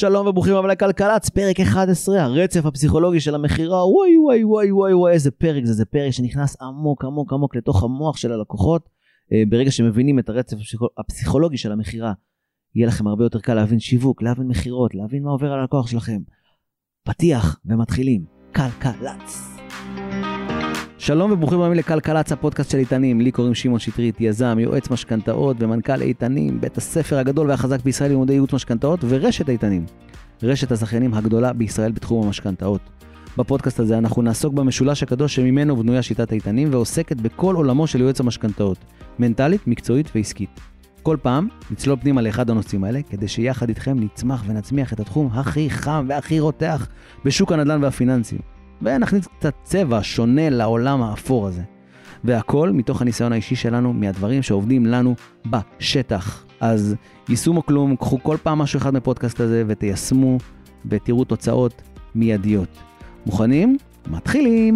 שלום וברוכים הבאים לכלכלץ, פרק 11, הרצף הפסיכולוגי של המחירה. וואי וואי וואי וואי וואי, איזה פרק זה פרק שנכנס עמוק עמוק עמוק לתוך המוח של הלקוחות. ברגע שמבינים את הרצף הפסיכולוגי של המחירה, יהיה לכם הרבה יותר קל להבין שיווק, להבין מחירות, להבין מה עובר על הלקוח שלכם. פתיח ומתחילים. כלכלץ. שלום וברוכים הבאים לכלכלץ, הפודקאסט של איתנים. לי קוראים שמעון שטרית, יזם, יועץ משכנתאות ומנכ"ל איתנים, בית הספר הגדול והחזק בישראל ללימודי ייעוץ משכנתאות, ורשת איתנים, רשת הזכיינים הגדולה בישראל בתחום המשכנתאות. בפודקאסט הזה אנחנו נעסוק במשולש הקדוש שממנו בנויה שיטת איתנים, ועוסקת בכל עולמו של יועץ המשכנתאות, מנטלית, מקצועית ועסקית. כל פעם נצלול פנימה לאחד הנושאים האלה, כדי שיחד איתכם נצמח ונצמיח את התחום הכי חם והכי רותח בשוק הנדל"ן והפיננסים. ונכניס קצת צבע שונה לעולם האפור הזה. והכל מתוך הניסיון האישי שלנו, מהדברים שעובדים לנו בשטח. אז יישומו כלום, קחו כל פעם משהו אחד מפודקאסט הזה ותיישמו ותראו תוצאות מיידיות. מוכנים? מתחילים!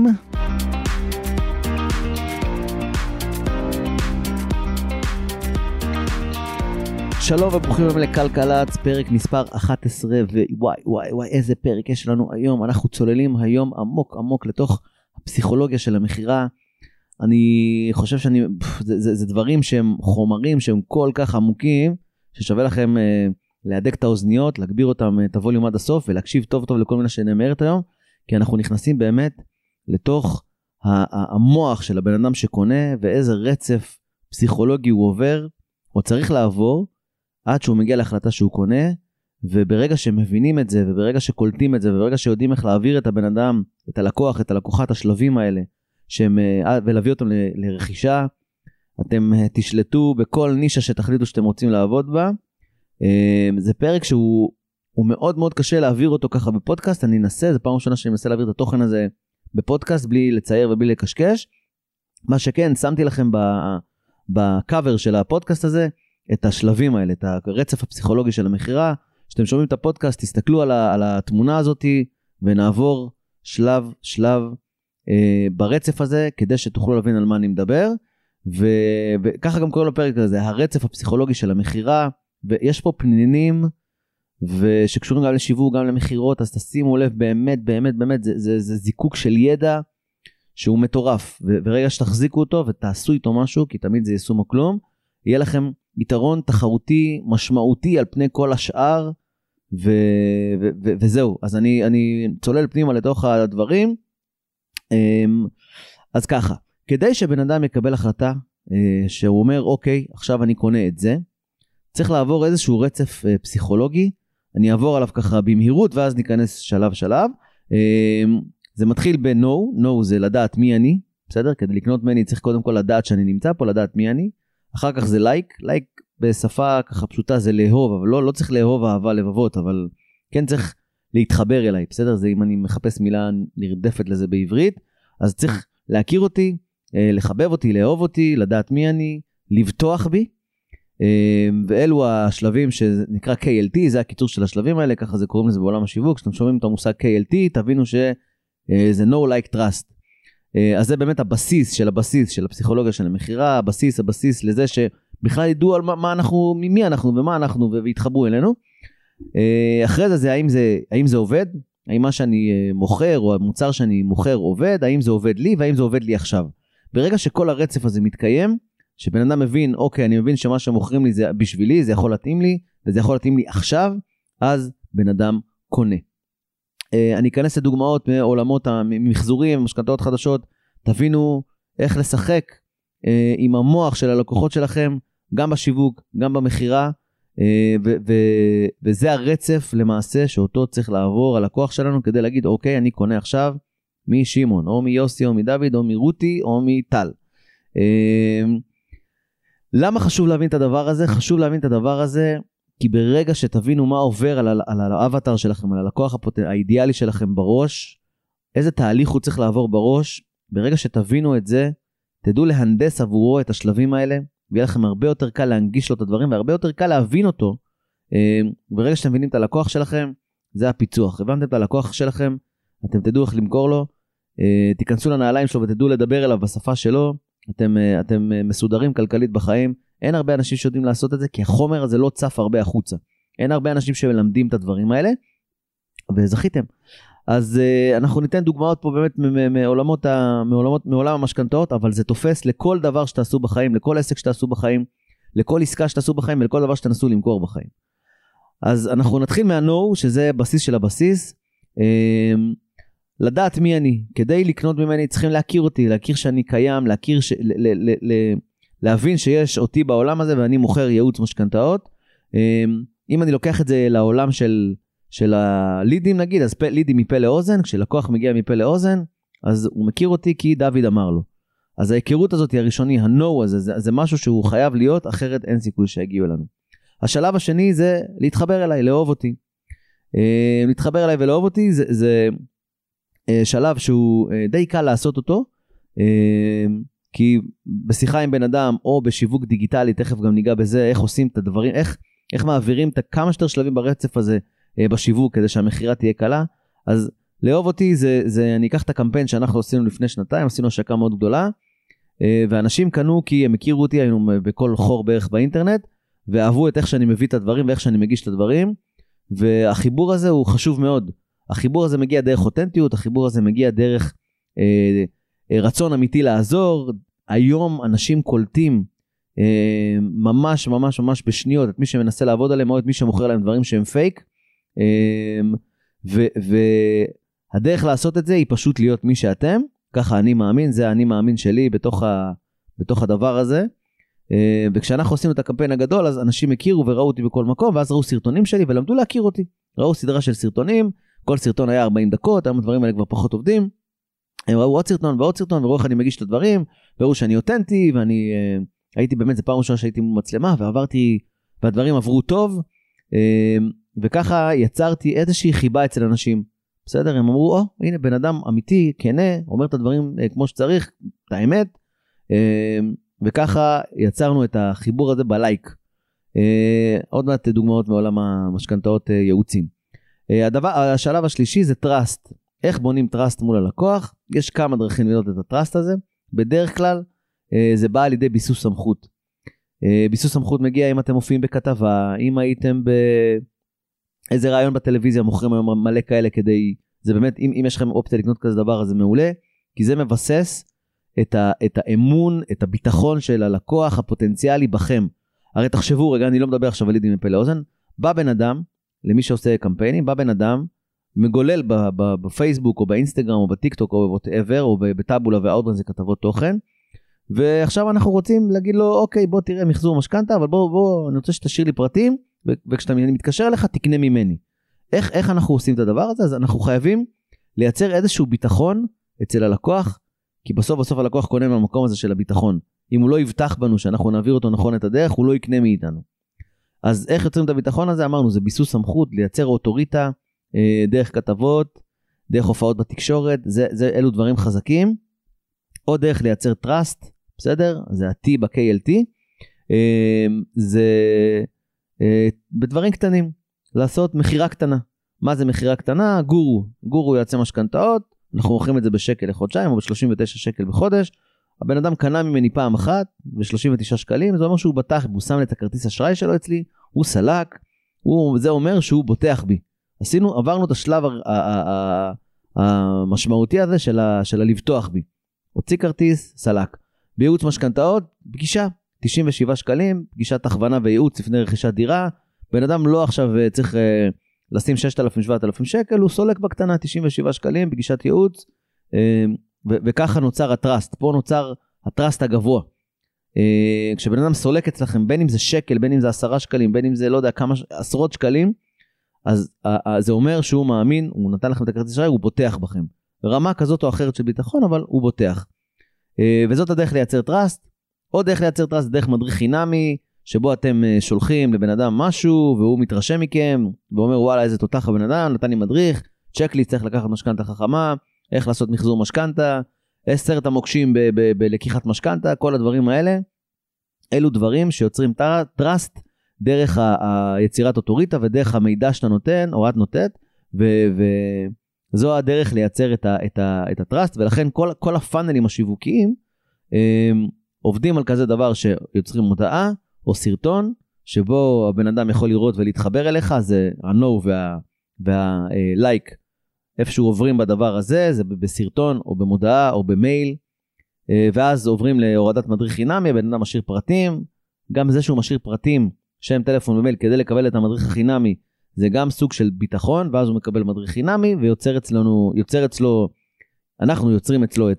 שלום וברוכים הבאים לכלכלץ, פרק מספר 11, ווואי וואי וואי איזה פרק יש לנו היום. אנחנו צוללים היום עמוק עמוק לתוך הפסיכולוגיה של המחירה. אני חושב זה דברים שהם חומרים שהם כל כך עמוקים, ששווה לכם להדק את האוזניות, להגביר אותם את הווליום עד הסוף, ולהקשיב טוב טוב לכל מיני שנאמרת היום, כי אנחנו נכנסים באמת לתוך המוח של הבן אדם שקונה, ואיזה רצף פסיכולוגי הוא עובר, או צריך לעבור, עד שהוא מגיע להחלטה שהוא קונה. וברגע שמבינים את זה, וברגע שקולטים את זה, וברגע שיודעים איך להעביר את הבן אדם, את הלקוח, את הלקוחת, השלבים האלה, ולהביא אותם לרכישה, אתם תשלטו בכל נישה שתחליטו שאתם רוצים לעבוד בה. זה פרק שהוא מאוד מאוד קשה להעביר אותו ככה בפודקאסט. אני אנסה, זה פעם ראשונה שאני מנסה להעביר את התוכן הזה בפודקאסט, בלי לצייר ובלי לקשקש. מה שכן, שמתי לכם בקאבר של הפודקאסט הזה, את השלבים האלה, את הרצף הפסיכולוגי של המחירה. כשאתם שומעים את הפודקאסט, תסתכלו על התמונה הזאת, ונעבור שלב שלב ברצף הזה, כדי שתוכלו להבין על מה אני מדבר. וככה גם קוראים לפרק הזה, הרצף הפסיכולוגי של המחירה. ויש פה פנינים, שקשורים גם לשיווק, גם למחירות, אז תשימו לב, באמת, באמת, באמת, זה זיקוק של ידע, שהוא מטורף. ורגע שתחזיקו אותו, ותעשו איתו משהו, כי תמיד זה יישומו כלום, יהיה לכם יתרון תחרותי משמעותי על פני כל השאר, וזהו. אז אני צולל פנימה לתוך הדברים. אז ככה, כדי שבן אדם יקבל החלטה, שהוא אומר, אוקיי, עכשיו אני קונה את זה, צריך לעבור איזשהו רצף פסיכולוגי. אני אעבור עליו ככה במהירות, ואז ניכנס שלב שלב. זה מתחיל ב-No, No זה לדעת מי אני, בסדר? כדי לקנות ממני צריך קודם כל לדעת שאני נמצא פה, לדעת מי אני. אחר כך זה לייק בשפה ככה פשוטה זה לאהוב, אבל לא צריך לאהוב אהבה לבבות, אבל כן צריך להתחבר אליי, בסדר? זה אם אני מחפש מילה נרדפת לזה בעברית, אז צריך להכיר אותי, לחבב אותי, לאהוב אותי, לדעת מי אני, לבטוח בי, ואלו השלבים שנקרא KLT, זה הקיצור של השלבים האלה, ככה זה קוראים לזה בעולם השיווק. כשאתם שומעים את המושג KLT, תבינו שזה No Like Trust. אז זה באמת הבסיס של הפסיכולוגיה של המחירה, הבסיס לזה שבכלל ידעו על מה אנחנו, מי אנחנו ומה אנחנו, והתחברו אלינו. אחרי זה האם זה עובד, האם מה שאני מוכר או המוצר שאני מוכר עובד, האם זה עובד לי והאם זה עובד לי עכשיו. ברגע שכל הרצף הזה מתקיים, שבן אדם מבין, אוקיי, אני מבין שמה שמוכרים לי זה בשבילי, זה יכול להתאים לי, וזה יכול להתאים לי עכשיו, אז בן אדם קונה. אני אכנס לדוגמאות מעולמות המחזורים, משכנתאות חדשות, תבינו איך לשחק עם המוח של הלקוחות שלכם, גם בשיווק, גם במחירה, וזה הרצף למעשה שאותו צריך לעבור הלקוח שלנו, כדי להגיד, אוקיי, אני קונה עכשיו משמעון, או מיוסי, או מדוד, או מרותי, או מטל. למה חשוב להבין את הדבר הזה? חשוב להבין את הדבר הזה, כי ברגע שתבינו מה עובר על האבטר שלכם, על הלקוח האידיאלי שלכם בראש, איזה תהליך הוא צריך לעבור בראש, ברגע שתבינו את זה, תדעו להנדס עבורו את השלבים האלה, ויהיה לכם הרבה יותר קל להנגיש לו את הדברים, והרבה יותר קל להבין אותו. ברגע שאתם מבינים את הלקוח שלכם, זה הפיצוח. הבנתם את הלקוח שלכם, אתם תדעו איך למכור לו, תיכנסו לנעליים שלו ותדעו לדבר אליו בשפה שלו, אתם מסודרים כלכלית בחיים. אין הרבה אנשים שיודעים לעשות את זה, כי החומר הזה לא צף הרבה החוצה. אין הרבה אנשים שמלמדים את הדברים האלה, וזכיתם. אז אנחנו ניתן דוגמאות פה באמת מעולם המשכנתאות, אבל זה תופס לכל דבר שתעשו בחיים, לכל עסק שתעשו בחיים, לכל עסקה שתעשו בחיים, ולכל דבר שתנסו למכור בחיים. אז אנחנו נתחיל מה-know, שזה בסיס של הבסיס. לדעת מי אני. כדי לקנות ממני צריכים להכיר אותי, להכיר שאני קיים, להבין שיש אותי בעולם הזה, ואני מוכר ייעוץ משכנתאות. אם אני לוקח את זה לעולם של הלידים נגיד, אז לידים מפה לאוזן, כשלקוח מגיע מפה לאוזן, אז הוא מכיר אותי כי דוד אמר לו. אז ההיכרות הזאת היא הראשוני, ה-know הזה, זה משהו שהוא חייב להיות, אחרת אין סיכוי שיגיעו אלינו. השלב השני זה להתחבר אליי, לאהוב אותי. להתחבר אליי ולאהוב אותי, זה שלב שהוא די קל לעשות אותו, כי בשיחה עם בן אדם, או בשיווק דיגיטלי, תכף גם ניגע בזה, איך עושים את הדברים, איך מעבירים את כמה שיותר שלבים ברצף הזה, בשיווק, כדי שהמחירה תהיה קלה. אז לאהוב אותי, אני אקח את הקמפיין שאנחנו עשינו לפני שנתיים, עשינו השקה מאוד גדולה, ואנשים קנו כי הם הכירו אותי, היינו בכל חור בערך באינטרנט, ואהבו את איך שאני מביא את הדברים, ואיך שאני מגיש את הדברים, והחיבור הזה הוא חשוב מאוד. החיבור הזה מגיע דרך אותנטיות, החיבור הזה מגיע דרך רצון אמיתי לעזור. היום אנשים קולטים ממש ממש ממש בשניות, את מי שמנסה לעבוד עליהם, או את מי שמוכר להם דברים שהם פייק, והדרך לעשות את זה היא פשוט להיות מי שאתם, ככה אני מאמין, זה אני מאמין שלי בתוך הדבר הזה. וכשאנחנו עשינו את הקמפיין הגדול, אז אנשים הכירו וראו אותי בכל מקום, ואז ראו סרטונים שלי ולמדו להכיר אותי. ראו סדרה של סרטונים, כל סרטון היה 40 דקות, היום הדברים האלה כבר פחות עובדים. הם ראו עוד סרטון ועוד סרטון, וראו איך אני מגיש את הדברים, וראו שאני אותנטי, ואני הייתי באמת, זה פעם ראשונה שהייתי מצלמה, ועברתי, והדברים עברו טוב, וככה יצרתי איזושהי חיבה אצל אנשים. בסדר? הם אמרו, הנה בן אדם אמיתי, כנה, אומר את הדברים כמו שצריך, את האמת, וככה יצרנו את החיבור הזה בלייק. עוד מעט דוגמאות מעולם המשכנתאות ייעוצים. השלב השלישי זה טראסט. איך בונים טראסט מול הלקוח? יש כמה דרכים לבנות את הטראסט הזה. בדרך כלל זה בא על ידי ביסוס סמכות. ביסוס סמכות מגיע אם אתם מופיעים בכתבה, אם הייתם באיזה רעיון בטלוויזיה, מוכרים היום מלא כאלה כדי, זה באמת, אם יש לכם אופציה לקנות כזה דבר, אז זה מעולה, כי זה מבסס את האמון, את הביטחון של הלקוח הפוטנציאלי בכם. הרי תחשבו, רגע, אני לא מדבר עכשיו על לידים מפה לאוזן, בא בן אדם, למי שעושה קמפיינים, בא בן אדם, מגולל בפייסבוק או באינסטגרם או בטיקטוק או whatever, או בטאבולה ואוטברן, זה כתבות תוכן, ועכשיו אנחנו רוצים להגיד לו, אוקיי, בוא תראה מחזור משכנתה, אבל בוא, אני רוצה שתשאיר לי פרטים, וכשאתה מתקשר אליך, תקנה ממני. איך אנחנו עושים את הדבר הזה? אז אנחנו חייבים לייצר איזשהו ביטחון אצל הלקוח, כי בסוף הלקוח קונה מהמקום הזה של הביטחון. אם הוא לא יבטח בנו שאנחנו נעביר אותו נכון את הדרך, הוא לא יקנה מאיתנו. אז איך יוצרים את הביטחון הזה? אמרנו, זה ביסוס סמכות, לייצר אוטוריטה, דרך כתבות, דרך הופעות בתקשורת, אלו דברים חזקים. או דרך לייצר טראסט, בסדר? זה ה-T ב-KLT. זה בדברים קטנים, לעשות מחירה קטנה. מה זה מחירה קטנה? גורו יועצי משכנתאות, אנחנו מוכרים את זה בשקל לחודשיים, או ב-39 שקל בחודש. הבן אדם קנה ממני פעם אחת, ב-39 שקלים, זה אומר שהוא בטח, הוא שם את הכרטיס אשראי שלו אצלי, הוא סלק, זה אומר שהוא בוטח בי. עברנו את השלב המשמעותי הזה של הלבטוח בי. הוציא כרטיס, סלק. בייעוץ משכנתאות, פגישה, 97 שקלים, פגישת הכוונה וייעוץ לפני רכישת דירה, בן אדם לא עכשיו צריך לשים 6,000-7,000 שקל, הוא סולק בקטנה 97 שקלים, פגישת ייעוץ, וככה נוצר הטראסט, פה נוצר הטראסט הגבוה. כשבן אדם סולק אצלכם, בין אם זה שקל, בין אם זה 10 שקלים, בין אם זה לא יודע כמה עשרות שקלים, אז זה אומר שהוא מאמין, הוא נתן לכם את הכרטיס אשראי, הוא בוטח בכם. רמה כזאת או אחרת של ביטחון, אבל הוא בוטח. וזאת הדרך לייצר טראסט. עוד דרך לייצר טראסט, דרך מדריך חינמי, שבו אתם שולחים לבן אדם משהו, והוא מתרשם מכם, ואומר וואלה איזה תותח הבן אדם, נתן לי מדריך, צ'קליסט, צריך לקחת משכנתה חכמה, איך לעשות מחזור משכנתה, 10 המוקשים בלקיחת משכנתה, כל הדברים האלה, אלו דברים שיוצרים טראסט, דרך היצירת אוטוריטה, ודרך המידע שאתה נותן, או את נותנת, וזו הדרך לייצר את הטראסט, ולכן כל הפאנלים השיווקיים, עובדים על כזה דבר שיוצרים מודעה, או סרטון, שבו הבן אדם יכול לראות ולהתחבר אליך, זה ה-No וה-Like, איפשהו עוברים בדבר הזה, זה בסרטון או במודעה או במייל, ואז עוברים להורדת מדריך חינמי, הבן אדם משאיר פרטים, גם זה שהוא משאיר פרטים, שם, טלפון ומייל, כדי לקבל את המדריך החינמי, זה גם סוג של ביטחון, ואז הוא מקבל מדריך חינמי, ויוצר אצלו, אנחנו יוצרים אצלו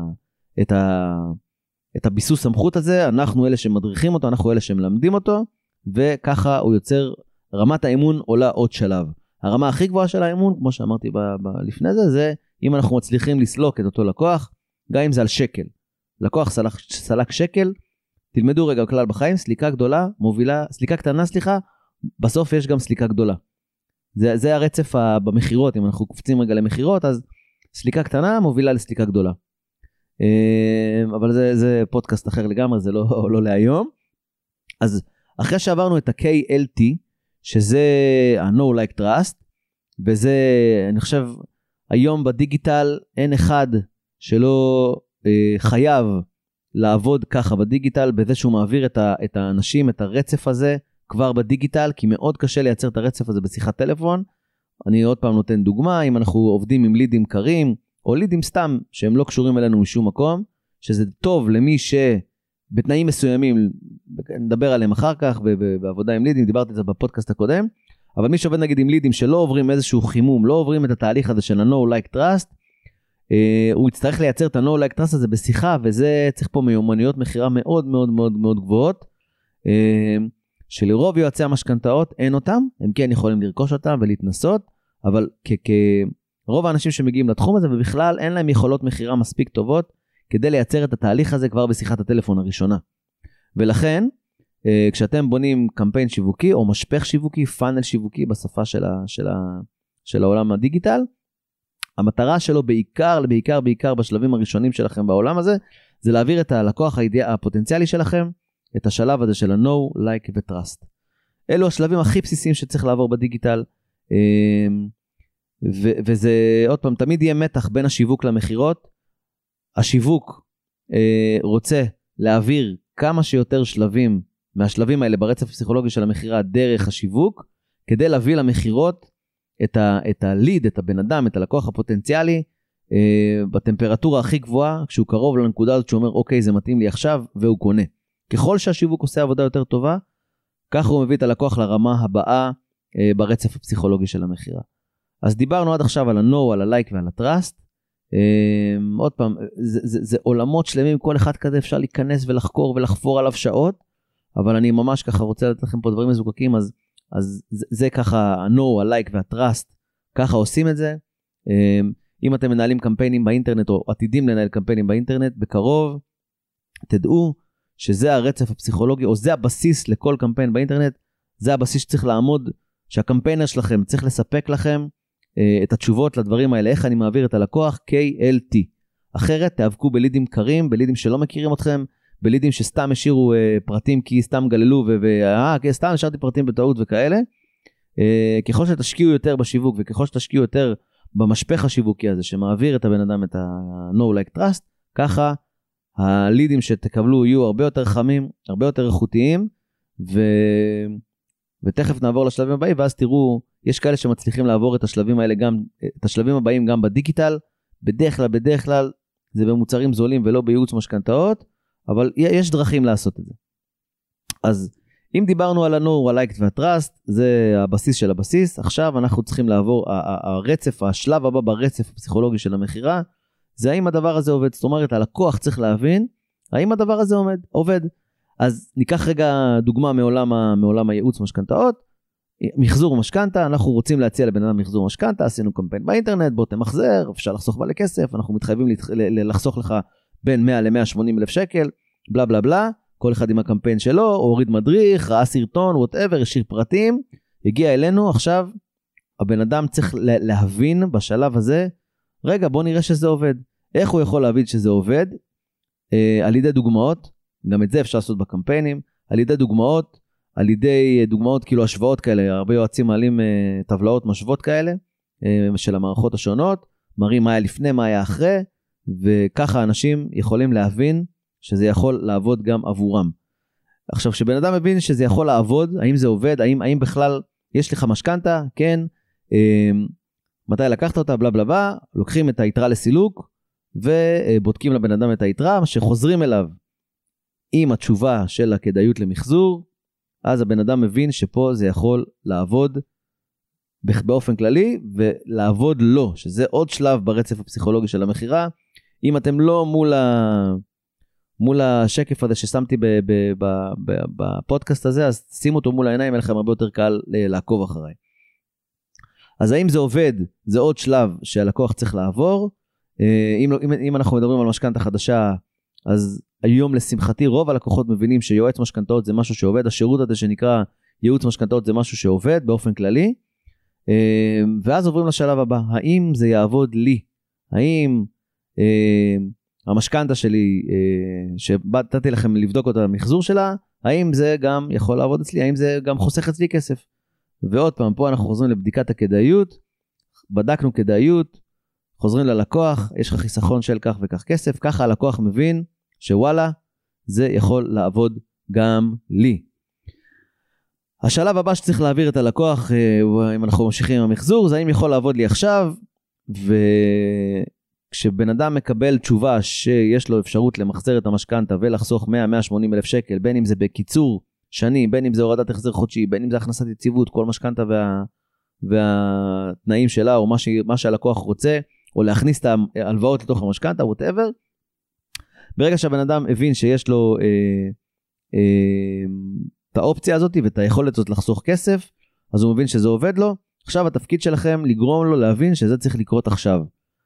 את הביסוס סמכות הזה, אנחנו אלה שמדריכים אותו, אנחנו אלה שמלמדים אותו, וככה הוא יוצר, רמת האמון עולה עוד שלב. הרמה הכי גבוהה של האמון, כמו שאמרתי לפני זה, זה אם אנחנו מצליחים לסלוק את אותו לקוח, גם אם זה על שקל. לקוח סלק שקל, תלמדו רגע כלל בחיים, סליקה קטנה, בסוף יש גם סליקה גדולה. זה הרצף במחירות, אם אנחנו קופצים רגע למחירות, אז סליקה קטנה מובילה לסליקה גדולה. אבל זה פודקאסט אחר לגמרי, זה לא להיום. אז אחרי שעברנו את ה-KLT, שזה ה-No Like Trust, וזה, אני חושב, היום בדיגיטל אין אחד שלא חייב לעבוד ככה בדיגיטל, בזה שהוא מעביר את האנשים, את הרצף הזה, כבר בדיגיטל, כי מאוד קשה לייצר את הרצף הזה בשיחת טלפון. אני עוד פעם נותן דוגמה, אם אנחנו עובדים עם לידים קרים, או לידים סתם שהם לא קשורים אלינו משום מקום, שזה טוב למי שבתנאים מסוימים, נדבר עליהם אחר כך, בעבודה עם לידים, דיברתי את זה בפודקאסט הקודם, אבל מי שעובד נגיד עם לידים שלא עוברים איזשהו חימום, לא עוברים את התהליך הזה של ה-No Like Trust, הוא יצטרך לייצר את ה-No Like Trust הזה בשיחה, וזה צריך פה מיומנויות מחירה מאוד מאוד מאוד מאוד גבוהות, שלרוב יועצי המשכנתאות אין אותם, הם כן יכולים לרכוש אותם ולהתנסות, אבל רוב האנשים שמגיעים לתחום הזה, ובכלל אין להם יכולות מחירה מספיק טובות, כדי לייצר את התהליך הזה כבר בשיחת הטלפון הראשונה. ולכן, כשאתם בונים קמפיין שיווקי, או משפך שיווקי, פאנל שיווקי, בשפה של העולם הדיגיטל, המטרה שלו בעיקר בשלבים הראשונים שלכם בעולם הזה, זה להעביר את הלקוח הפוטנציאלי שלכם, את השלב הזה של ה-No, Like ו-Trust. אלו השלבים הכי בסיסיים שצריך לעבור בדיגיטל, וזה עוד פעם, תמיד יהיה מתח בין השיווק למחירות. השיווק רוצה להעביר כמה שיותר שלבים מהשלבים האלה ברצף הפסיכולוגי של המחירה דרך השיווק, כדי להביא למחירות את הליד, את הבן אדם, את הלקוח הפוטנציאלי, בטמפרטורה הכי גבוהה, כשהוא קרוב לנקודה הזאת שהוא אומר, אוקיי, זה מתאים לי עכשיו, והוא קונה. ככל שהשיווק עושה עבודה יותר טובה, ככה הוא מביא את הלקוח לרמה הבאה ברצף הפסיכולוגי של המחירה. אז דיברנו עד עכשיו על ה-No, על ה-Like ועל ה-Trust. עוד פעם, זה עולמות שלמים, כל אחד כזה אפשר להיכנס ולחקור ולחפור עליו שעות, אבל אני ממש ככה רוצה לתת לכם פה דברים מזוקקים, אז זה ככה ה-No, ה-Like וה-Trust, ככה עושים את זה. אם אתם מנהלים קמפיינים באינטרנט, או עתידים לנהל קמפיינים באינטרנט, בקרוב, תדעו שזה הרצף הפסיכולוגי, או זה הבסיס לכל קמפיין באינטרנט, זה הבסיס שצריך לעמוד, שהקמפיינר שלכם צריך לספק לכם את התשובות לדברים האלה, איך אני מעביר את הלקוח, KLT. אחרת תאבקו בלידים קרים, בלידים שלא מכירים אתכם, בלידים שסתם השאירו פרטים כי סתם גללו, סתם השארתי פרטים בטעות וכאלה. ככל שתשקיעו יותר בשיווק, וככל שתשקיעו יותר במשפך השיווקי הזה, שמעביר את הבן אדם את ה-No Like Trust, ככה הלידים שתקבלו יהיו הרבה יותר חמים, הרבה יותר איכותיים, ותכף נעבור לשלבים הבאים, ואז תראו, יש כאלה שמצליחים לעבור את השלבים האלה, את השלבים הבאים גם בדיגיטל, בדרך כלל זה במוצרים זולים ולא בייעוץ משכנתאות, אבל יש דרכים לעשות את זה. אז אם דיברנו על ה-No, ה-Like וה-Trust, זה הבסיס של הבסיס. עכשיו אנחנו צריכים לעבור, השלב הבא ברצף הפסיכולוגי של המחירה, זה האם הדבר הזה עובד. זאת אומרת, הלקוח צריך להבין, האם הדבר הזה עובד. אז ניקח רגע דוגמה מעולם הייעוץ משכנתאות, מחזור משכנתה, אנחנו רוצים להציע לבן אדם מחזור משכנתה, עשינו קמפיין באינטרנט, בוא תמחזר, אפשר לחסוך בעלי כסף, אנחנו מתחייבים לחסוך לך בין 100 ל-180 אלף שקל, בלה בלה בלה, כל אחד עם הקמפיין שלו, הוריד מדריך, ראה סרטון, whatever, השאיר פרטים, הגיע אלינו. עכשיו הבן אדם צריך להבין בשלב הזה, רגע בוא נראה שזה עובד. איך הוא יכול להבין שזה עובד? על ידי דוגמאות, גם את זה אפשר לעשות בקמפיינים, על ידי דוגמאות כאילו השוואות כאלה, הרבה יועצים מעלים טבלאות משוות כאלה, של המערכות השונות, מראים מה היה לפני, מה היה אחרי, וככה אנשים יכולים להבין שזה יכול לעבוד גם עבורם. עכשיו, כשבן אדם מבין שזה יכול לעבוד, האם זה עובד, האם בכלל יש לך משכנתה, כן, מתי לקחת אותה, בלה בלה בלה, לוקחים את היתרה לסילוק, ובודקים לבן אדם את היתרה, שחוזרים אליו עם התשובה של הכדאיות למחזור, אז הבן אדם מבין שפה זה יכול לעבוד באופן כללי, ולעבוד לא, שזה עוד שלב ברצף הפסיכולוגי של המחירה. אם אתם לא מול השקף הזה ששמתי בפודקאסט הזה, אז שימו אותו מול העיניים, יהיה לכם הרבה יותר קל לעקוב אחריי. אז האם זה עובד? זה עוד שלב שהלקוח צריך לעבור. אם אנחנו מדברים על משכנתה חדשה, אז היום לשמחתי רוב הלקוחות מבינים שיועץ משכנתאות זה משהו שעובד, השירות הזה שנקרא ייעוץ משכנתאות זה משהו שעובד באופן כללי, ואז עוברים לשלב הבא, האם זה יעבוד לי? האם המשכנתה שלי, שבאתי לכם לבדוק אותה במחזור שלה, האם זה גם יכול לעבוד אצלי? האם זה גם חוסך אצלי כסף? ועוד פעם, פה אנחנו חוזרים לבדיקת הכדאיות, בדקנו כדאיות, חוזרים ללקוח, יש לך חיסכון של כך וכך כסף, ככה הלקוח מבין שוואלה, זה יכול לעבוד גם לי. השלב הבא שצריך להעביר את הלקוח, אם אנחנו ממשיכים עם המחזור, זה האם יכול לעבוד לי עכשיו, וכשבן אדם מקבל תשובה שיש לו אפשרות למחזר את המשכנתה ולחסוך 100-180 אלף שקל, בין אם זה בקיצור שני, בין אם זה הורדת החזר חודשי, בין אם זה הכנסת יציבות, כל משכנתה והתנאים שלה, או מה שהלקוח רוצה, או להכניס את ההלוואות לתוך המשכנתה, whatever. ברגע שהבן אדם הבין שיש לו את האופציה הזאת ואת היכולת הזאת לחסוך כסף, אז הוא מבין שזה עובד לו. עכשיו התפקיד שלכם לגרום לו להבין שזה צריך לקרות עכשיו.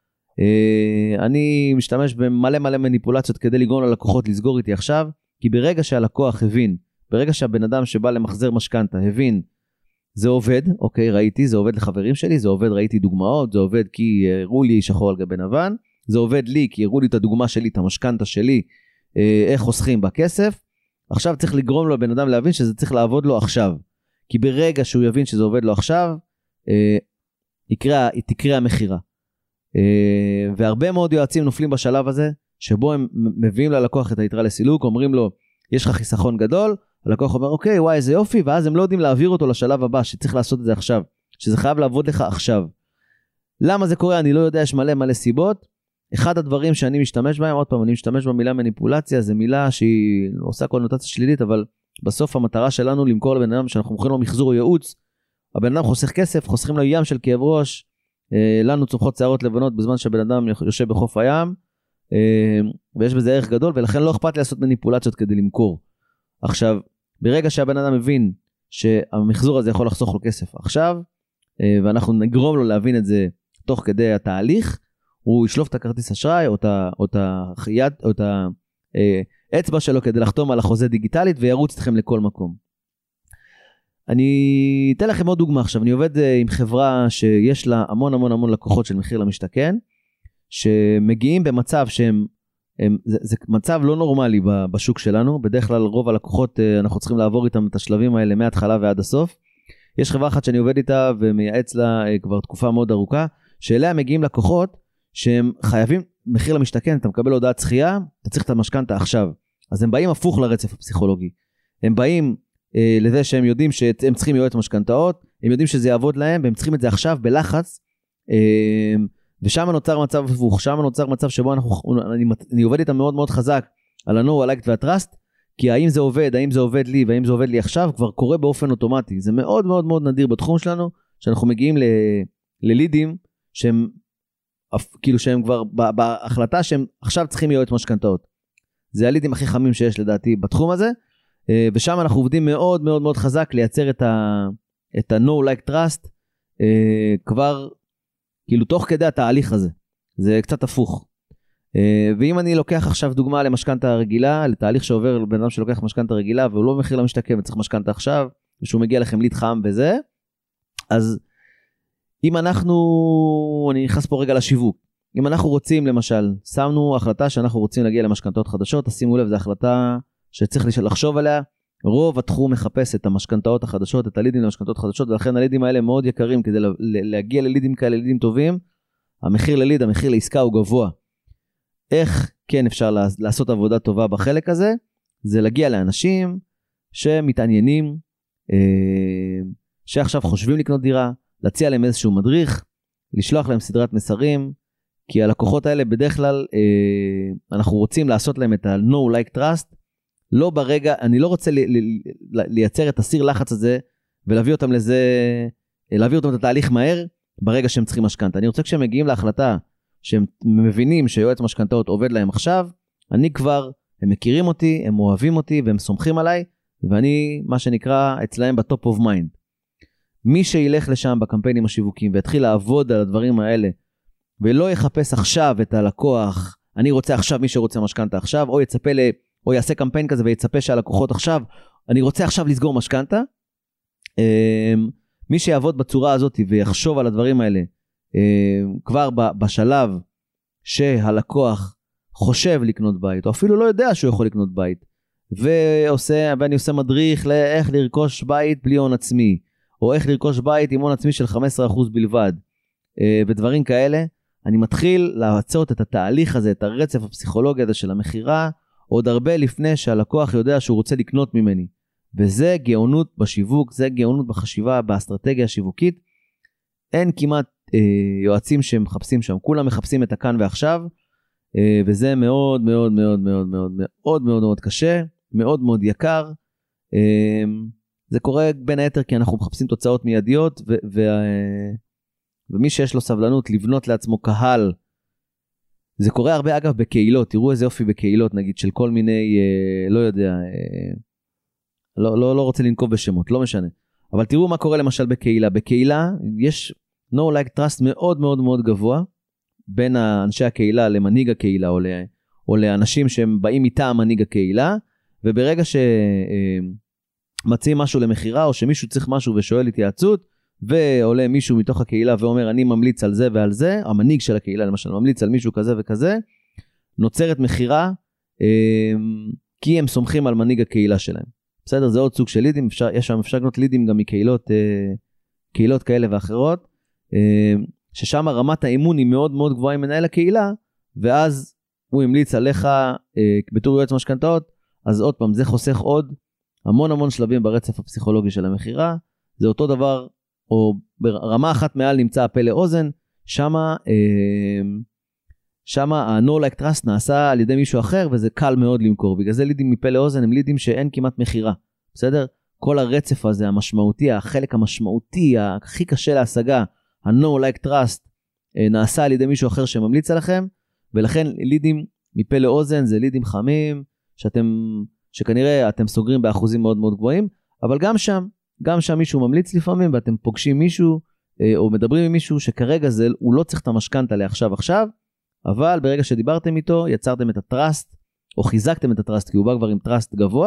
אני משתמש במלא מלא מניפולציות כדי לגרום ללקוחות לסגור איתי עכשיו, כי ברגע שהלקוח הבין, ברגע שהבן אדם שבא למחזר משכנתה הבין, זה עובד, אוקיי, ראיתי, זה עובד לחברים שלי, זה עובד, ראיתי דוגמאות, זה עובד כי הראו לי שחור על גבי לבן, זה עובד לי כי הראו לי את הדוגמה שלי, את המשכנתה שלי, איך חוסכים בכסף. עכשיו צריך לגרום לו לבן אדם להבין שזה צריך לעבוד לו עכשיו, כי ברגע שהוא יבין שזה עובד לו עכשיו, תקרה המחירה. והרבה מאוד יועצים נופלים בשלב הזה, שבו הם מביאים ללקוח את היתרה לסילוק, אומרים לו, יש לך חיסכון גדול, הלקוח אומר, אוקיי, וואי, איזה יופי, ואז הם לא יודעים להעביר אותו לשלב הבא, שצריך לעשות את זה עכשיו, שזה חייב לעבוד לך עכשיו. למה זה קורה? אני לא יודע, יש מלא סיבות. אחד הדברים שאני משתמש בהם, עוד פעם, אני משתמש במילה מניפולציה, זה מילה שהיא עושה קונוטציה שלילית, אבל בסוף המטרה שלנו למכור לבן אדם, שאנחנו מוכרים לו מחזור או ייעוץ, הבן אדם חוסך כסף, חוסכים לו ים של כאב ראש, לנו צומחות שערות לבנות בזמן שהבן אדם יושב בחוף הים, ויש בזה ערך גדול, ולכן לא אכפת לי לעשות מניפולציות כדי למכור. עכשיו, ברגע שהבן אדם מבין שהמחזור הזה יכול לחסוך לו כסף עכשיו, ואנחנו נגרום לו להבין את זה תוך כדי התהליך, הוא ישלוף את הכרטיס אשראי או את האצבע שלו כדי לחתום על החוזה דיגיטלית וירוץ אתכם לכל מקום. אני אתן לכם עוד דוגמה עכשיו. אני עובד עם חברה שיש לה המון לקוחות של מחיר למשתכן, שמגיעים במצב שהם, זה מצב לא נורמלי בשוק שלנו. בדרך כלל רוב הלקוחות אנחנו צריכים לעבור איתם את השלבים האלה מההתחלה ועד הסוף. יש חברה אחת שאני עובד איתה ומייעץ לה כבר תקופה מאוד ארוכה, שאליה מגיעים לקוחות שהם חייבים מחיר למשתכן, אתה מקבל הודעת זכייה, אתה צריך את המשכנתה עכשיו. אז הם באים הפוך לרצף הפסיכולוגי. הם באים לזה שהם יודעים שהם צריכים יועץ משכנתאות, הם יודעים שזה יעבוד להם, והם צריכים את זה עכשיו בלחץ, ושם נוצר מצב הפוך, שם נוצר מצב שבו אני עובד איתם מאוד מאוד חזק, על ה-know, ה-like וה-trust, כי האם זה עובד לי, והאם זה עובד לי עכשיו, כבר קורה באופן אוטומטי. זה מאוד מאוד מאוד נדיר בתחום שלנו, שאנחנו מגיעים ללידים, שהם כאילו שהם כבר בהחלטה שהם עכשיו צריכים יועץ משכנתאות. זה הלידים הכי חמים שיש לדעתי בתחום הזה, ושם אנחנו עובדים מאוד מאוד מאוד חזק לייצר את ה-know, like, trust, כבר כאילו תוך כדי התהליך הזה. זה קצת הפוך. ואם אני לוקח עכשיו דוגמה למשכנתה רגילה, לתהליך שעובר לבן אדם שלוקח משכנתה רגילה, והוא לא מחיר למשתכן וצריך משכנתה עכשיו, ושהוא מגיע לכם ליד חם וזה, אז אם אני נכנס פה רגע לשיווק, אם אנחנו רוצים למשל, שמנו החלטה שאנחנו רוצים להגיע למשכנתאות חדשות, תשימו לב, זו החלטה שצריך לחשוב עליה, רוב התחום מחפש את המשכנתאות החדשות, את הלידים למשכנתאות חדשות, ולכן הלידים האלה מאוד יקרים, כדי להגיע ללידים כאלה, לידים טובים, המחיר לליד, המחיר לעסקה הוא גבוה. איך כן אפשר לעשות עבודה טובה בחלק הזה? זה להגיע לאנשים, שמתעניינים, שעכשיו חושבים לקנות דירה, להציע להם איזשהו מדריך, לשלוח להם סדרת מסרים, כי הלקוחות האלה בדרך כלל, אנחנו רוצים לעשות להם את ה-No Like Trust, לא ברגע, אני לא רוצה לייצר את הסיר לחץ הזה, ולהביא אותם לזה, להביא אותם את התהליך מהר, ברגע שהם צריכים משכנתה. אני רוצה כשהם מגיעים להחלטה, שהם מבינים שיועץ משכנתאות עובד להם עכשיו, אני כבר, הם מכירים אותי, הם אוהבים אותי, והם סומכים עליי, ואני, מה שנקרא, אצלהם בטופ אוף מיינד. מי שילך לשם בקמפיינים השיווקים, ויתחיל לעבוד על הדברים האלה, ולא יחפש עכשיו את הלקוח, אני רוצה עכשיו מי שרוצה משכנתה עכשיו, או יצפה או יעשה קמפיין כזה ויצפה שהלקוחות עכשיו, אני רוצה עכשיו לסגור משכנתה. מי שיעבוד בצורה הזאת ויחשוב על הדברים האלה, כבר בשלב שהלקוח חושב לקנות בית, או אפילו לא יודע שהוא יכול לקנות בית, ואני עושה מדריך לאיך לרכוש בית בלי הון עצמי, או איך לרכוש בית עם הון עצמי של 15% בלבד, ודברים כאלה, אני מתחיל לעצות את התהליך הזה, את הרצף הפסיכולוגי הזה של המחירה, עוד הרבה לפני שהלקוח יודע שהוא רוצה לקנות ממני. וזה גאונות בשיווק, זה גאונות בחשיבה, באסטרטגיה השיווקית. אין כמעט יועצים שמחפשים שם, כולם מחפשים את הכאן ועכשיו, וזה מאוד מאוד מאוד מאוד מאוד מאוד מאוד מאוד קשה, מאוד מאוד יקר. זה קורה בין היתר כי אנחנו מחפשים תוצאות מיידיות, ומי שיש לו סבלנות לבנות לעצמו קהל, זה קורה הרבה אגב בקהילות, תראו איזה אופי בקהילות, נגיד של כל מיני, לא יודע, לא רוצה לנקוב בשמות, לא משנה. אבל תראו מה קורה למשל בקהילה. בקהילה יש No Like Trust מאוד מאוד מאוד גבוה, בין אנשי הקהילה למנהיג הקהילה, או לאנשים שהם באים מטעם מנהיג הקהילה, וברגע שמציעים משהו למחירה, או שמישהו צריך משהו ושואל התייעצות, ועולה מישהו מתוך הקהילה ואומר, אני ממליץ על זה ועל זה, המנהיג של הקהילה למשל ממליץ על מישהו כזה וכזה, נוצרת מחירה, כי הם סומכים על מנהיג הקהילה שלהם. בסדר, זה עוד סוג של לידים, יש שם אפשר לקנות לידים גם מקהילות כאלה ואחרות, ששם רמת האימון היא מאוד מאוד גבוהה עם מנהל הקהילה, ואז הוא המליץ עליך בתור יועץ משכנתאות, אז עוד פעם, זה חוסך עוד המון המון שלבים ברצף הפסיכולוגי של המחירה, זה אותו דבר, או ברמה אחת מעל נמצא הפה לאוזן, שמה ה-No Like Trust נעשה על ידי מישהו אחר, וזה קל מאוד למכור. בגלל זה לידים מפה לאוזן הם לידים שאין כמעט מחירה. בסדר? כל הרצף הזה, המשמעותי, החלק המשמעותי, הכי קשה להשגה, ה-No Like Trust, נעשה על ידי מישהו אחר שממליץ עליכם, ולכן לידים מפה לאוזן זה לידים חמים, שכנראה אתם סוגרים באחוזים מאוד מאוד גבוהים, אבל גם שם מישהו ממליץ לפעמים, ואתם פוגשים מישהו, או מדברים עם מישהו שכרגע הוא לא צריך את המשכנתה לעכשיו, אבל ברגע שדיברתם איתו, יצרתם את הטרסט, או חיזקתם את הטרסט, כי הוא בא כבר עם טרסט גבוה,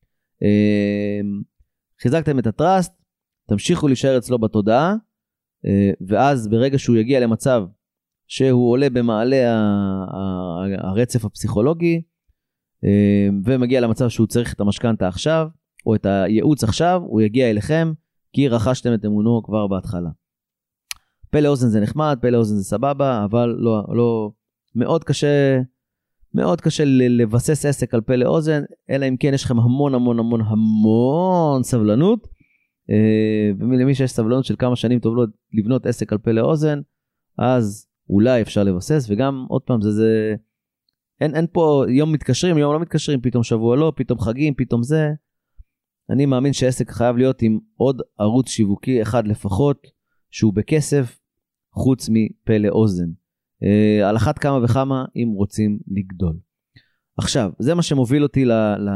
חיזקתם את הטרסט, תמשיכו להישאר אצלו בתודעה, ואז ברגע שהוא יגיע למצב, שהוא עולה במעלה הרצף הפסיכולוגי, ומגיע למצב שהוא צריך את המשכנתה עכשיו, או את הייעוץ עכשיו, הוא יגיע אליכם, כי רכשתם את אמונו כבר בהתחלה. פה לאוזן זה נחמד, פה לאוזן זה סבבה, אבל לא מאוד קשה לבסס עסק על פה לאוזן, אלא אם כן יש לכם המון המון המון המון סבלנות, ולמי שיש סבלנות של כמה שנים טוב לבנות עסק על פה לאוזן, אז אולי אפשר לבסס, וגם עוד פעם אין פה יום מתקשרים, יום לא מתקשרים, פתאום שבוע לא, פתאום חגים, פתאום זה. אני מאמין שעסק חייב להיות עם עוד ערוץ שיווקי אחד לפחות, שהוא בכסף, חוץ מפה לאוזן. על אחת כמה וכמה אם רוצים לגדול. עכשיו, זה מה שמוביל אותי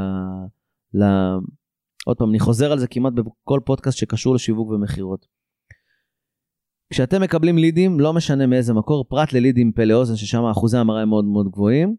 עוד פעם, אני חוזר על זה כמעט בכל פודקאסט שקשור לשיווק ומחירות. כשאתם מקבלים לידים, לא משנה מאיזה מקור, פרט ללידים פה לאוזן, ששם אחוזי המראה הם מאוד מאוד גבוהים,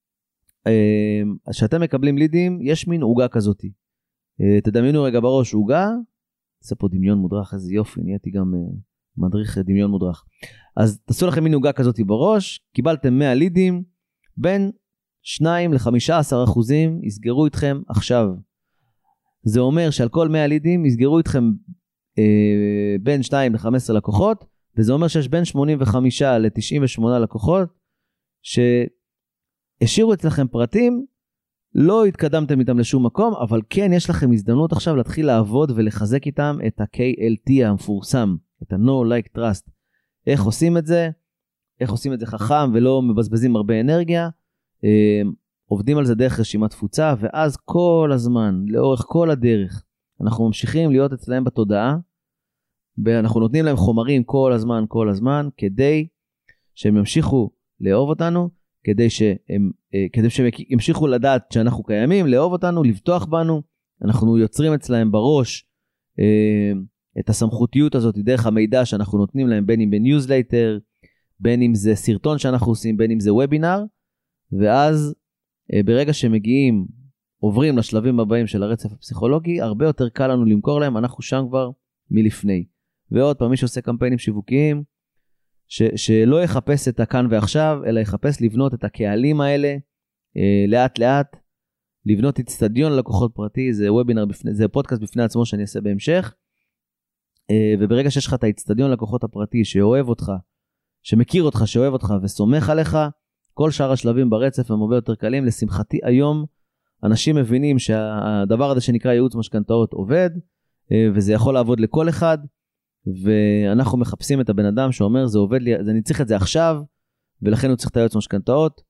אז כשאתם מקבלים לידים, יש מין עוגה כזאת. תדמיינו רגע בראש עוגה, עושה פה דמיון מודרך, איזה יופי, נהייתי גם מדריך דמיון מודרך. אז תעשו לכם מין עוגה כזאת בראש, קיבלתם 100 לידים, בין 2-15% יסגרו איתכם עכשיו. זה אומר שעל כל 100 לידים יסגרו איתכם בין 2-15 לקוחות, וזה אומר שיש בין 85 ל-98 לקוחות, שהשאירו אצלכם פרטים, לא התקדמתם איתם לשום מקום, אבל כן יש לכם הזדמנות עכשיו להתחיל לעבוד ולחזק איתם את ה-KLT המפורסם, את ה-No Like Trust. איך עושים את זה? איך עושים את זה חכם ולא מבזבזים הרבה אנרגיה? עובדים על זה דרך רשימת תפוצה, ואז כל הזמן, לאורך כל הדרך, אנחנו ממשיכים להיות אצלהם בתודעה, ואנחנו נותנים להם חומרים כל הזמן, כדי שהם ימשיכו לאהוב אותנו, כדי שהם ימשיכו לדעת שאנחנו קיימים, לאהוב אותנו, לבטוח בנו. אנחנו יוצרים אצלהם בראש את הסמכותיות הזאת דרך המידע שאנחנו נותנים להם, בין אם בניוזלייטר, בין אם זה סרטון שאנחנו עושים, בין אם זה וובינר, ואז ברגע שמגיעים, עוברים לשלבים הבאים של הרצף הפסיכולוגי, הרבה יותר קל לנו למכור להם, אנחנו שם כבר מלפני. ועוד פעם, מי שעושה קמפיינים שיווקיים, שלא יחפש את הכאן ועכשיו, אלא יחפש לבנות את הקהלים האלה, לאט לאט, לבנות אצטדיון ללקוחות פרטי, זה וובינר, זה פודקאסט בפני עצמו שאני אעשה בהמשך, וברגע שיש לך את האצטדיון ללקוחות הפרטי, שאוהב אותך, שמכיר אותך, שאוהב אותך וסומך עליך, כל שאר השלבים ברצף הם הרבה יותר קלים. לשמחתי היום, אנשים מבינים שהדבר הזה שנקרא ייעוץ משכנתאות עובד, וזה יכול לעבוד לכל אחד, ואנחנו מחפשים את הבן אדם שאומר, זה עובד לי, אני צריך את זה עכשיו, ולכן הוא צריך את הייעוץ משכנתאות,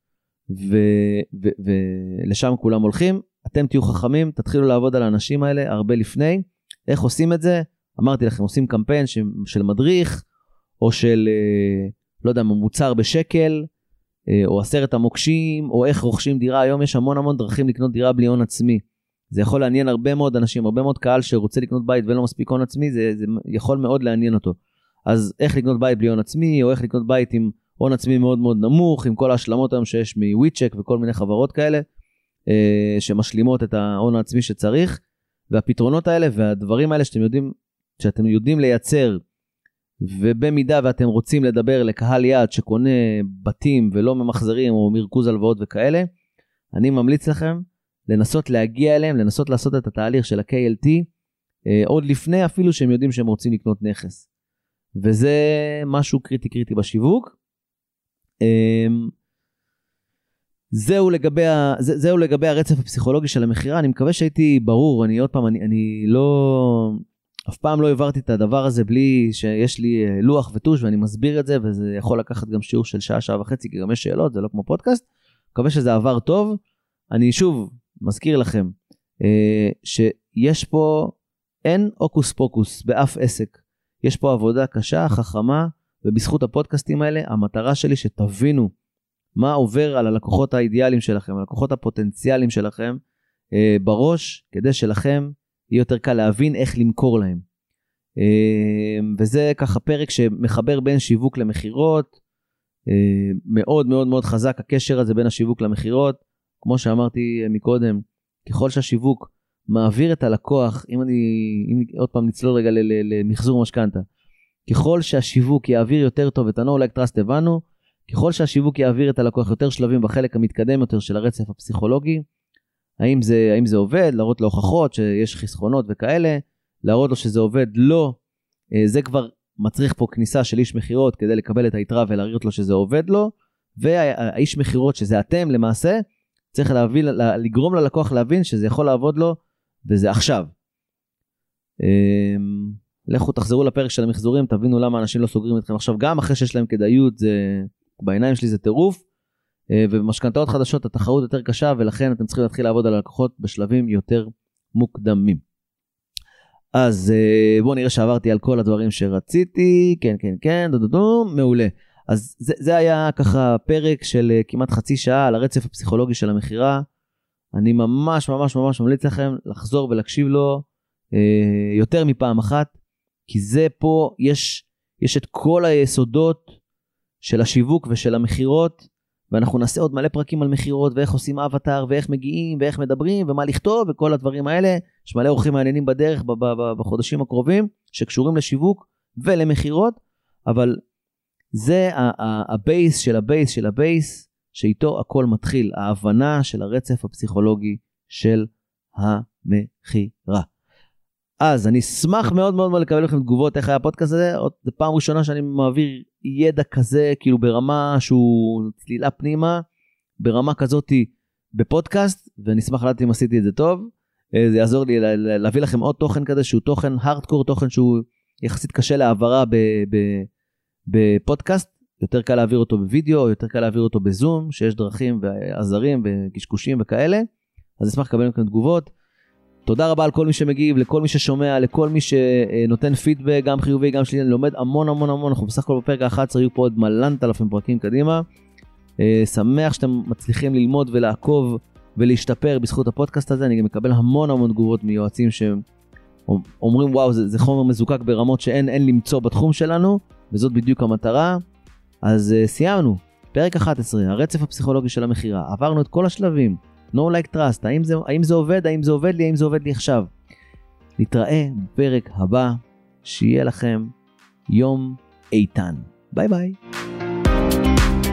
ולשם כולם הולכים. אתם תהיו חכמים, תתחילו לעבוד על האנשים האלה הרבה לפני. איך עושים את זה? אמרתי לכם, עושים קמפיין של מדריך, או של, לא יודע, מוצר בשקל, או 10 המוקשים, או איך רוכשים דירה. היום יש המון דרכים לקנות דירה בלי הון עצמי. זה יכול לעניין הרבה מאוד אנשים, הרבה מאוד קהל שרוצה לקנות בית ולא מספיק הון עצמי, זה יכול מאוד לעניין אותו. אז איך לקנות בית בלי הון עצמי, או איך לקנות בית עם הון עצמי מאוד מאוד נמוך, עם כל ההשלמות היום שיש מוויצ'ק וכל מיני חברות כאלה, שמשלימות את ההון העצמי שצריך, והפתרונות האלה והדברים האלה שאתם יודעים לייצר, ובמידה ואתם רוצים לדבר לקהל יעד שקונה בתים ולא ממחזרים או מרכוז הלוואות וכאלה, אני ממליץ לכם לנסות להגיע אליהם, לנסות לעשות את התהליך של ה-KLT, עוד לפני אפילו שהם יודעים שהם רוצים לקנות נכס. וזה משהו קריטי בשיווק. זהו לגבי הרצף הפסיכולוגי של המחירה. אני מקווה שהייתי ברור. אני עוד פעם, אני לא, אף פעם לא העברתי את הדבר הזה בלי שיש לי לוח וטוש, ואני מסביר את זה, וזה יכול לקחת גם שיעור של שעה וחצי, כי גם יש שאלות, זה לא כמו פודקאסט. מקווה שזה עבר טוב. אני שוב מזכיר לכם, שיש פה, אין אוקוס פוקוס באף עסק. יש פה עבודה קשה, חכמה, ובזכות הפודקאסטים האלה, המטרה שלי שתבינו מה עובר על הלקוחות האידיאליים שלכם, הלקוחות הפוטנציאליים שלכם, בראש, כדי שלכם יהיה יותר קל להבין איך למכור להם. וזה ככה פרק שמחבר בין שיווק למחירות, מאוד מאוד מאוד חזק הקשר הזה בין השיווק למחירות. כמו שאמרתי מקודם, ככל שהשיווק מעביר את הלקוח, אם עוד פעם נצלול רגע למחזור משכנתה, ככל שהשיווק יעביר יותר טוב את ה-No Like Trust הבנו, ככל שהשיווק יעביר את הלקוח יותר שלבים בחלק המתקדם יותר של הרצף הפסיכולוגי, האם זה עובד, להראות לו הוכחות שיש חסכונות וכאלה, להראות לו שזה עובד, לא, זה כבר מצריך פה כניסה של איש מחירות כדי לקבל את היתרה ולהראות לו שזה עובד לו, והאיש מחירות שזה אתם למעשה, צריך לגרום ללקוח להבין שזה יכול לעבוד לו, וזה עכשיו. לכו תחזרו לפרק של המחזורים, תבינו למה אנשים לא סוגרים אתכם עכשיו, גם אחרי שיש להם כדאיות, בעיניים שלי זה טירוף, ובמשכנתאות חדשות התחרות יותר קשה, ולכן אתם צריכים להתחיל לעבוד על הלקוחות בשלבים יותר מוקדמים. אז בואו נראה שעברתי על כל הדברים שרציתי, כן, מעולה. אז זה היה ככה פרק של כמעט חצי שעה על הרצף הפסיכולוגי של המחירה. אני ממש ממליץ לכם לחזור ולהקשיב לו יותר מפעם אחת, כי זה פה יש את כל היסודות של השיווק ושל המחירות, ואנחנו נעשה עוד מלא פרקים על מחירות, ואיך עושים אבטר, ואיך מגיעים, ואיך מדברים, ומה לכתוב, וכל הדברים האלה. יש מלא אורחים מעניינים בדרך בחודשים הקרובים, שקשורים לשיווק ולמחירות, אבל זה הבייס של הבייס, שאיתו הכל מתחיל, ההבנה של הרצף הפסיכולוגי של המחירה. אז אני אשמח מאוד לקבל לכם תגובות איך היה הפודקאסט הזה. זו פעם ראשונה שאני מעביר ידע כזה, כאילו ברמה שהוא צלילה פנימה, ברמה כזאת בפודקאסט, ואני אשמח לדעת אם עשיתי את זה טוב. זה יעזור לי להביא לכם עוד תוכן כזה, שהוא תוכן הארדקור, תוכן שהוא יחסית קשה להעברה בפודקאסט. יותר קל להעביר אותו בווידאו, יותר קל להעביר אותו בזום, שיש דרכים ועזרים וקשקושים וכאלה. אז אשמח לקבל מכם תגובות. תודה רבה על כל מי שמגיב, לכל מי ששומע, לכל מי שנותן פידבק, גם חיובי, גם שלי. אני לומד המון המון המון. אנחנו בסך הכל בפרק 11, יהיו פה עוד מלנת אלפים פרקים קדימה. שמח שאתם מצליחים ללמוד ולעקוב ולהשתפר בזכות הפודקאסט הזה. אני גם מקבל המון המון תגובות מיועצים שאומרים, וואו, זה חומר מזוקק ברמות שאין למצוא בתחום שלנו, וזאת בדיוק המטרה. אז סיימנו, פרק 11, הרצף הפסיכולוגי של המחירה. עברנו את כל השלבים, no like trust, האם זה עובד, האם זה עובד לי, האם זה עובד לי עכשיו. נתראה בפרק הבא, שיהיה לכם יום איתן. ביי ביי.